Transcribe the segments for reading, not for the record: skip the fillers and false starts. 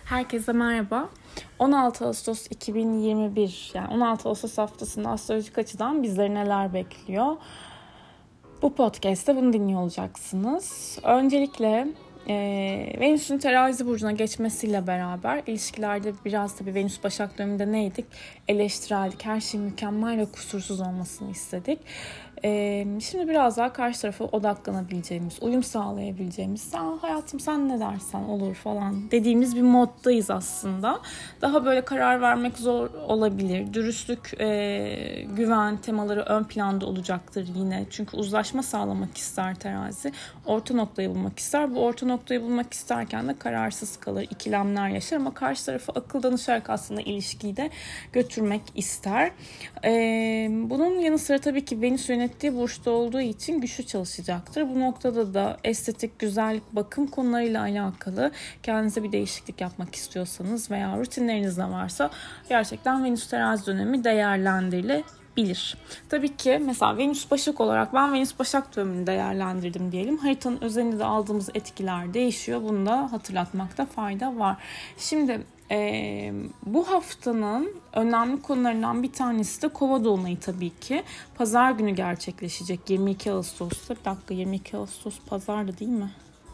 Herkese merhaba. 16 Ağustos 2021, yani 16 Ağustos haftasında astrolojik açıdan bizleri neler bekliyor? Bu podcast'te bunu dinliyor olacaksınız. Öncelikle Venüs'ün terazi burcuna geçmesiyle beraber ilişkilerde biraz tabii Venüs Başak döneminde neydik? Eleştireldik. Her şey mükemmel ve kusursuz olmasını istedik. Şimdi biraz daha karşı tarafa odaklanabileceğimiz, uyum sağlayabileceğimiz, hayatım sen ne dersen olur falan dediğimiz bir moddayız aslında. Daha böyle karar vermek zor olabilir. Dürüstlük, güven temaları ön planda olacaktır yine. Çünkü uzlaşma sağlamak ister terazi. Orta noktayı bulmak ister. Bu orta noktayı bulmak isterken de kararsız kalır, ikilemler yaşar ama karşı tarafa akıl danışarak aslında ilişkiyi de götürmek ister. Bunun yanı sıra tabii ki Venüs yönettiği burçta olduğu için güçlü çalışacaktır. Bu noktada da estetik, güzellik, bakım konularıyla alakalı kendinize bir değişiklik yapmak istiyorsanız veya rutinlerinizde varsa gerçekten Venüs terazi dönemi değerlendirilebilir. Tabii ki mesela Venüs Başak olarak ben Venüs Başak dönemini değerlendirdim diyelim. Haritanın özelinde de aldığımız etkiler değişiyor. Bunu da hatırlatmakta fayda var. Şimdi bu haftanın önemli konularından bir tanesi de Kova dolunayı tabii ki. Pazar günü gerçekleşecek 22 Ağustos'ta. Bir dakika, 22 Ağustos pazardı değil mi?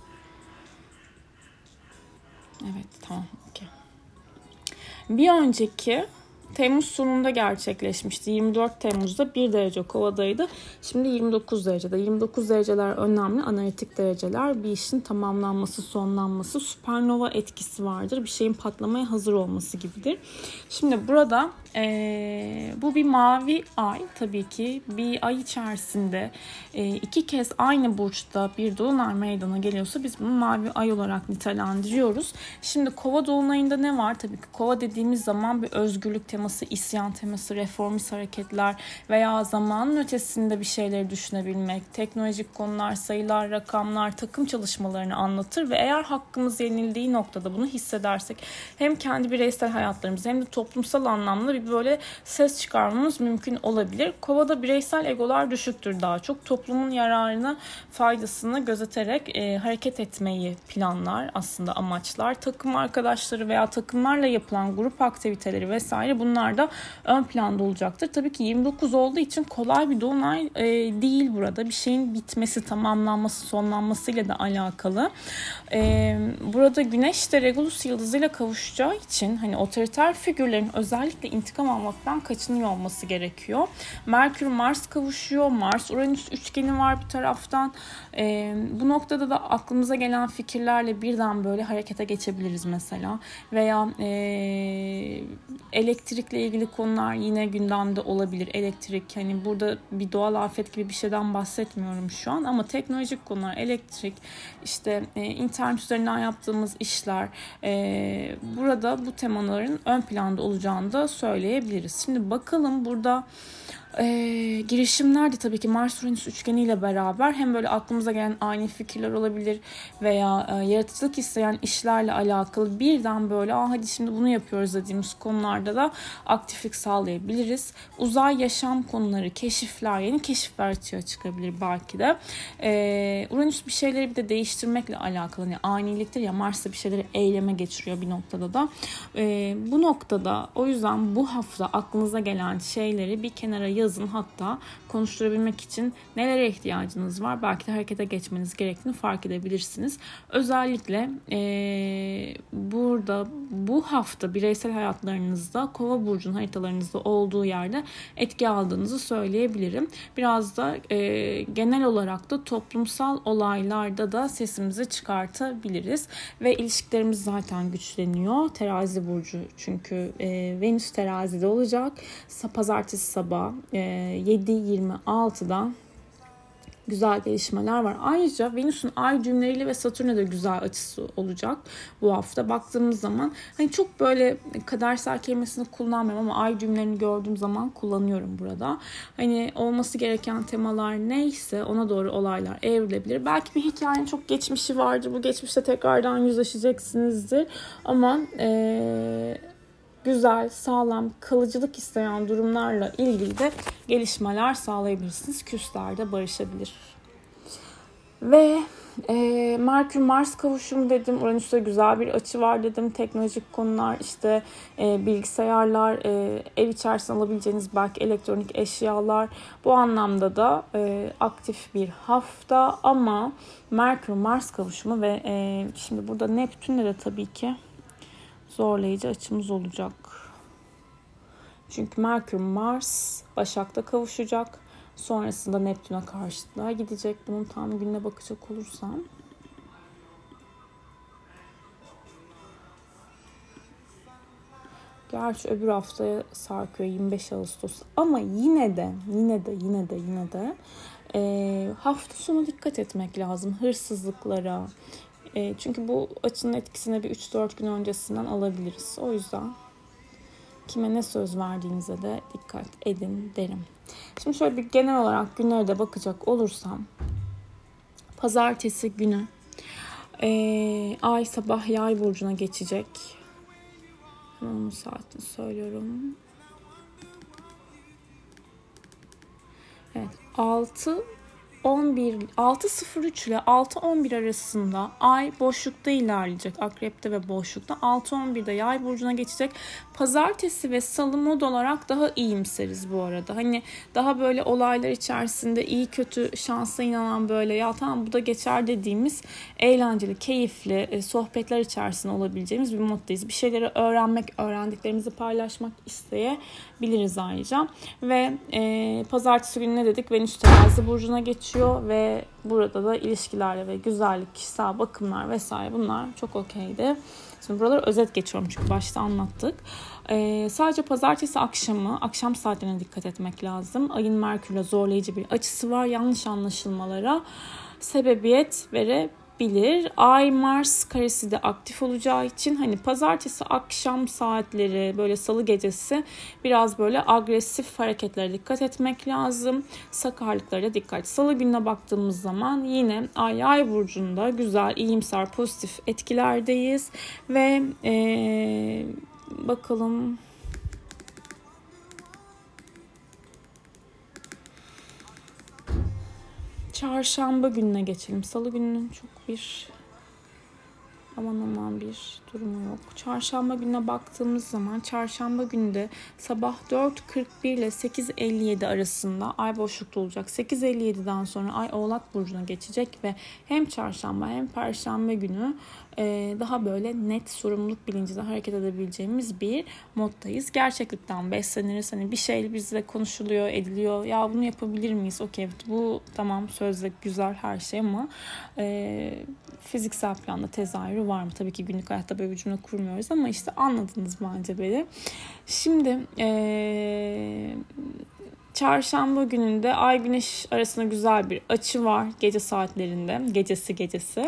Evet, tamam, okey. Bir önceki Temmuz sonunda gerçekleşmişti. 24 Temmuz'da 1 derece Kova'daydı. Şimdi 29 derecede. 29 dereceler önemli analitik dereceler. Bir işin tamamlanması, sonlanması, süpernova etkisi vardır. Bir şeyin patlamaya hazır olması gibidir. Şimdi burada bu bir mavi ay tabii ki. Bir ay içerisinde iki kez aynı burçta bir dolunay meydana geliyorsa biz bunu mavi ay olarak nitelendiriyoruz. Şimdi Kova dolunayında ne var? Tabii ki Kova dediğimiz zaman bir özgürlük teması, isyan teması, reformist hareketler veya zamanın ötesinde bir şeyleri düşünebilmek, teknolojik konular, sayılar, rakamlar, takım çalışmalarını anlatır ve eğer hakkımız yenildiği noktada bunu hissedersek hem kendi bireysel hayatlarımızda hem de toplumsal anlamda bir böyle ses çıkarmamız mümkün olabilir. Kovada bireysel egolar düşüktür daha çok. Toplumun yararını, faydasını gözeterek hareket etmeyi planlar, aslında amaçlar. Takım arkadaşları veya takımlarla yapılan grup aktiviteleri vesaire bunlar da ön planda olacaktır. Tabii ki 29 olduğu için kolay bir dolunay değil burada. Bir şeyin bitmesi, tamamlanması, sonlanmasıyla da alakalı. Burada Güneş de Regulus yıldızıyla kavuşacağı için hani otoriter figürlerin özellikle intikam almaktan kaçınıyor olması gerekiyor. Merkür Mars kavuşuyor. Mars Uranüs üçgeni var bir taraftan. Bu noktada da aklımıza gelen fikirlerle birden böyle harekete geçebiliriz mesela. Veya elektrikle ilgili konular yine gündemde olabilir. Elektrik, hani burada bir doğal afet gibi bir şeyden bahsetmiyorum şu an ama teknolojik konular, elektrik, işte internet üzerinden yaptığımız işler, burada bu temaların ön planda olacağını da söyleyebiliriz. Şimdi bakalım burada girişimler de tabii ki Mars Uranüs üçgeniyle beraber hem böyle aklımıza gelen ani fikirler olabilir veya yaratıcılık isteyen işlerle alakalı birden böyle hadi şimdi bunu yapıyoruz dediğimiz konularda da aktiflik sağlayabiliriz. Uzay yaşam konuları, keşifler, yeni keşifler açığa çıkabilir belki de. Uranüs bir şeyleri bir de değiştirmekle alakalı. Yani aniliktir ya, Mars da bir şeyleri eyleme geçiriyor bir noktada da. Bu noktada o yüzden bu hafta aklınıza gelen şeyleri bir kenara yazın, hatta konuşturabilmek için nelere ihtiyacınız var belki de harekete geçmeniz gerektiğini fark edebilirsiniz. Özellikle burada bu hafta bireysel hayatlarınızda Kova burcunun haritalarınızda olduğu yerde etki aldığınızı söyleyebilirim. Biraz da genel olarak da toplumsal olaylarda da sesimizi çıkartabiliriz ve ilişkilerimiz zaten güçleniyor. Terazi burcu çünkü Venüs terazide olacak. Pazartesi sabah 7:26'da güzel gelişmeler var. Ayrıca Venüs'ün ay düğümleriyle ve Satürn'e de güzel açısı olacak bu hafta. Baktığımız zaman hani çok böyle kadersel kelimesini kullanmıyorum ama ay düğümlerini gördüğüm zaman kullanıyorum burada. Hani olması gereken temalar neyse ona doğru olaylar evrilebilir. Belki bir hikayenin çok geçmişi vardır. Bu geçmişte tekrardan yüzleşeceksinizdir. Ama güzel, sağlam, kalıcılık isteyen durumlarla ilgili de gelişmeler sağlayabilirsiniz. Küsler de barışabilir. Ve Merkür-Mars kavuşumu dedim. Uranüs'te güzel bir açı var dedim. Teknolojik konular, işte bilgisayarlar, ev içerisinde alabileceğiniz belki elektronik eşyalar. Bu anlamda da aktif bir hafta ama Merkür-Mars kavuşumu ve şimdi burada Neptün'le de tabii ki zorlayıcı açımız olacak. Çünkü Merkür-Mars Başak'ta kavuşacak. Sonrasında Neptün'e karşıtlığa gidecek. Bunun tam gününe bakacak olursam. Gerçi öbür haftaya sarkıyor 25 Ağustos. Ama yine de hafta sonu dikkat etmek lazım hırsızlıklara. Çünkü bu açının etkisini bir 3-4 gün öncesinden alabiliriz. O yüzden kime ne söz verdiğinize de dikkat edin derim. Şimdi şöyle bir genel olarak günlere de bakacak olursam. Pazartesi günü Ay sabah Yay burcuna geçecek. Hemen onun saatini söylüyorum. Evet, 6:03 ile 6:11 arasında Ay boşlukta ilerleyecek. Akrep'te ve boşlukta. 6:11'de Yay burcuna geçecek. Pazartesi ve Salı mod olarak daha iyimseriz bu arada. Hani daha böyle olaylar içerisinde iyi kötü şansa inanan, böyle ya tamam bu da geçer dediğimiz eğlenceli, keyifli sohbetler içerisinde olabileceğimiz bir moddayız. Bir şeyleri öğrendiklerimizi paylaşmak isteyebiliriz ayrıca. Ve pazartesi günü ne dedik? Venüs Terazi burcuna geçiyor ve burada da ilişkilerle ve güzellik, kişisel bakımlar vesaire bunlar çok okeydi. Şimdi buraları özet geçiyorum çünkü başta anlattık. Sadece pazartesi akşam saatlerine dikkat etmek lazım. Ayın Merkür'le zorlayıcı bir açısı var. Yanlış anlaşılmalara sebebiyet verebilir. Ay Mars karesi de aktif olacağı için hani pazartesi akşam saatleri, böyle salı gecesi biraz böyle agresif hareketlere dikkat etmek lazım. Sakarlıklara da dikkat. Salı gününe baktığımız zaman yine Ay burcunda güzel, iyimser, pozitif etkilerdeyiz ve bakalım. Çarşamba gününe geçelim. Salı gününün çok bir aman bir durumu yok. Çarşamba gününe baktığımız zaman çarşamba günde sabah 4:41 ile 8:57 arasında ay boşlukta olacak. 8:57'den sonra ay Oğlak burcuna geçecek ve hem çarşamba hem perşembe günü daha böyle net sorumluluk bilinciyle hareket edebileceğimiz bir moddayız. Gerçeklikten besleniriz. Hani bir şey bizle konuşuluyor, ediliyor. Ya bunu yapabilir miyiz? Okey, bu tamam sözde güzel her şey ama fiziksel planda tezahürü var mı? Tabii ki günlük hayatta böyle bir cümle kurmuyoruz ama işte anladınız bence beni. Şimdi çarşamba gününde Ay Güneş arasında güzel bir açı var gece saatlerinde. Gecesi.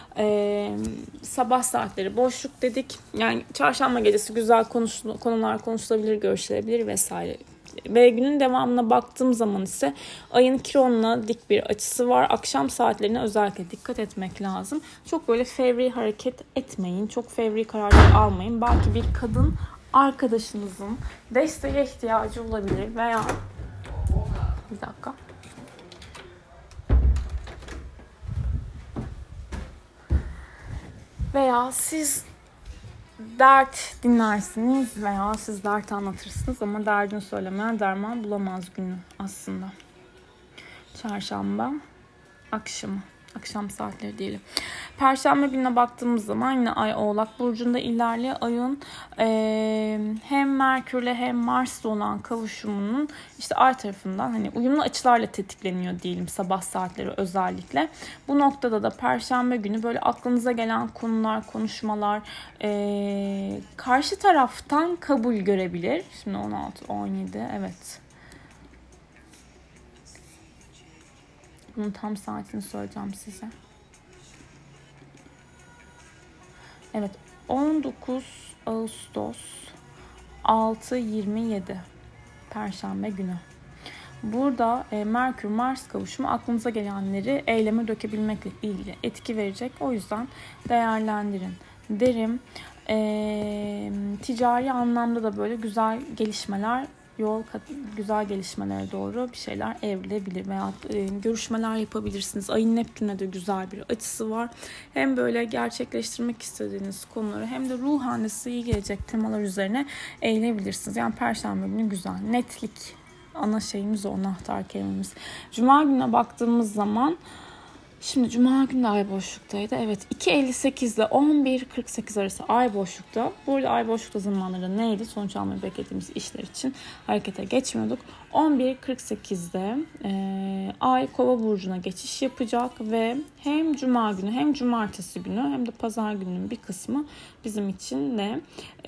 Sabah saatleri boşluk dedik. Yani çarşamba gecesi güzel konular konuşulabilir, görüşülebilir vesaire. Ve günün devamına baktığım zaman ise ayın Kiron'la dik bir açısı var. Akşam saatlerine özellikle dikkat etmek lazım. Çok böyle fevri hareket etmeyin. Çok fevri kararlar almayın. Belki bir kadın arkadaşınızın desteğe ihtiyacı olabilir veya bir dakika. Veya siz dert dinlersiniz veya siz dert anlatırsınız ama derdini söylemeyen derman bulamaz günü aslında. Çarşamba akşam saatleri diyelim. Perşembe gününe baktığımız zaman yine Ay Oğlak burcunda ilerliyor. Ayın hem Merkür'le hem Mars'la olan kavuşumunun işte Ay tarafından hani uyumlu açılarla tetikleniyor diyelim sabah saatleri özellikle. Bu noktada da Perşembe günü böyle aklınıza gelen konular, konuşmalar karşı taraftan kabul görebilir. Şimdi 16-17 evet. Bunun tam saatini söyleyeceğim size. Evet, 19 Ağustos 6:27 Perşembe günü. Burada Merkür-Mars kavuşumu aklınıza gelenleri eyleme dökebilmekle ilgili etki verecek. O yüzden değerlendirin derim. Ticari anlamda da böyle güzel gelişmeler yol güzel gelişmelere doğru bir şeyler evrilebilir veya görüşmeler yapabilirsiniz. Ayın Neptün'e de güzel bir açısı var. Hem böyle gerçekleştirmek istediğiniz konuları hem de ruhen de size iyi gelecek temalar üzerine eğilebilirsiniz. Yani Perşembe günü güzel. Netlik ana şeyimiz o, anahtar kelimemiz. Cuma gününe baktığımız zaman şimdi Cuma günü de ay boşluktaydı. Evet, 2.58 ile 11.48 arası ay boşlukta. Burada ay boşlukta zamanları neydi? Sonuç almayı beklediğimiz işler için harekete geçmiyorduk. 11.48'de ay Kova burcuna geçiş yapacak ve hem Cuma günü hem Cumartesi günü hem de Pazar gününün bir kısmı bizim için de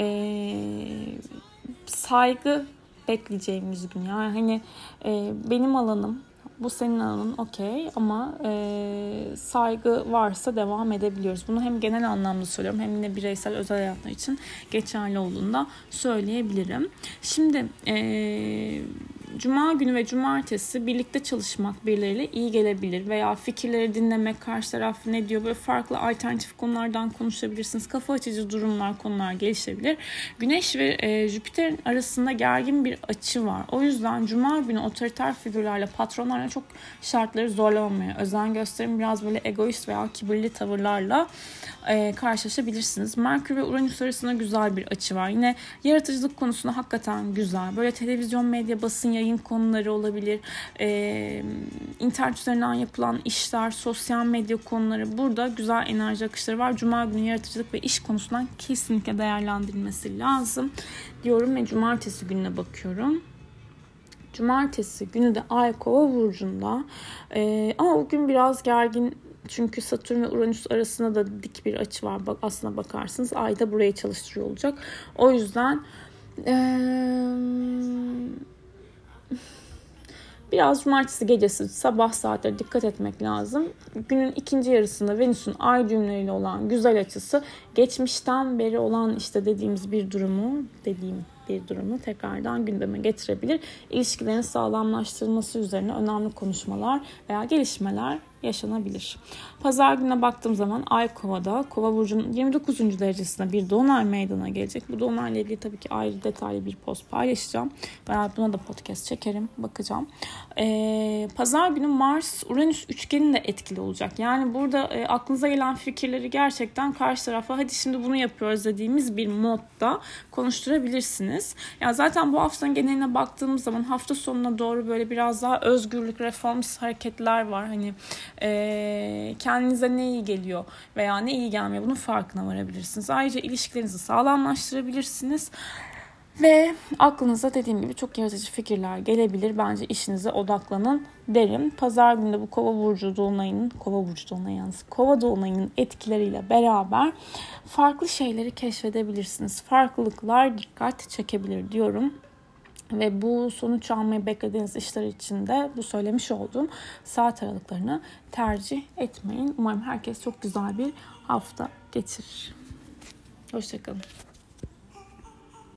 saygı bekleyeceğimiz gün. Yani hani benim alanım, bu senin alanın, okey, ama saygı varsa devam edebiliyoruz. Bunu hem genel anlamda söylüyorum hem de bireysel özel hayatlar için geçerli olduğunu da söyleyebilirim. Şimdi Cuma günü ve Cumartesi birlikte çalışmak birileriyle iyi gelebilir veya fikirleri dinlemek, karşı taraf ne diyor, böyle farklı alternatif konulardan konuşabilirsiniz. Kafa açıcı durumlar, konular gelişebilir. Güneş ve Jüpiter'in arasında gergin bir açı var. O yüzden Cuma günü otoriter figürlerle, patronlarla çok şartları zorlamamaya özen gösterin. Biraz böyle egoist veya kibirli tavırlarla karşılaşabilirsiniz. Merkür ve Uranüs arasında güzel bir açı var. Yine yaratıcılık konusunda hakikaten güzel. Böyle televizyon, medya, basın, yayın konuları olabilir. İnternet üzerinden yapılan işler, sosyal medya konuları. Burada güzel enerji akışları var. Cuma günü yaratıcılık ve iş konusundan kesinlikle değerlendirilmesi lazım diyorum ve Cumartesi gününe bakıyorum. Cumartesi günü de Ay Kova burcunda. Ama o gün biraz gergin. Çünkü Satürn ve Uranüs arasında da dik bir açı var. Bak, aslına bakarsınız Ay da burayı çalıştırıyor olacak. O yüzden biraz Cumartesi gecesi sabah saatleri dikkat etmek lazım. Günün ikinci yarısında Venüs'ün Ay düğümleriyle olan güzel açısı geçmişten beri olan işte dediğim bir durumu tekrardan gündeme getirebilir. İlişkilerin sağlamlaştırılması üzerine önemli konuşmalar veya gelişmeler yaşanabilir. Pazar gününe baktığım zaman Ay Kova'da, Kova burcunun 29. derecesinde bir dolunay meydana gelecek. Bu dolunayla ilgili tabii ki ayrı detaylı bir post paylaşacağım. Veya buna da podcast çekerim, bakacağım. Pazar günü Mars-Uranüs üçgeni de etkili olacak. Yani burada aklınıza gelen fikirleri gerçekten karşı tarafa hadi şimdi bunu yapıyoruz dediğimiz bir modda konuşturabilirsiniz. Ya zaten bu haftanın geneline baktığımız zaman hafta sonuna doğru böyle biraz daha özgürlük, reformist hareketler var. Hani kendinize ne iyi geliyor veya ne iyi gelmiyor, bunun farkına varabilirsiniz. Ayrıca ilişkilerinizi sağlamlaştırabilirsiniz. Ve aklınıza dediğim gibi çok yaratıcı fikirler gelebilir. Bence işinize odaklanın derim. Pazar günü de bu Kova dolunayının etkileriyle beraber farklı şeyleri keşfedebilirsiniz. Farklılıklar dikkat çekebilir diyorum. Ve bu sonuç almayı beklediğiniz işler için de bu söylemiş olduğum saat aralıklarını tercih etmeyin. Umarım herkes çok güzel bir hafta geçirir. Hoşçakalın.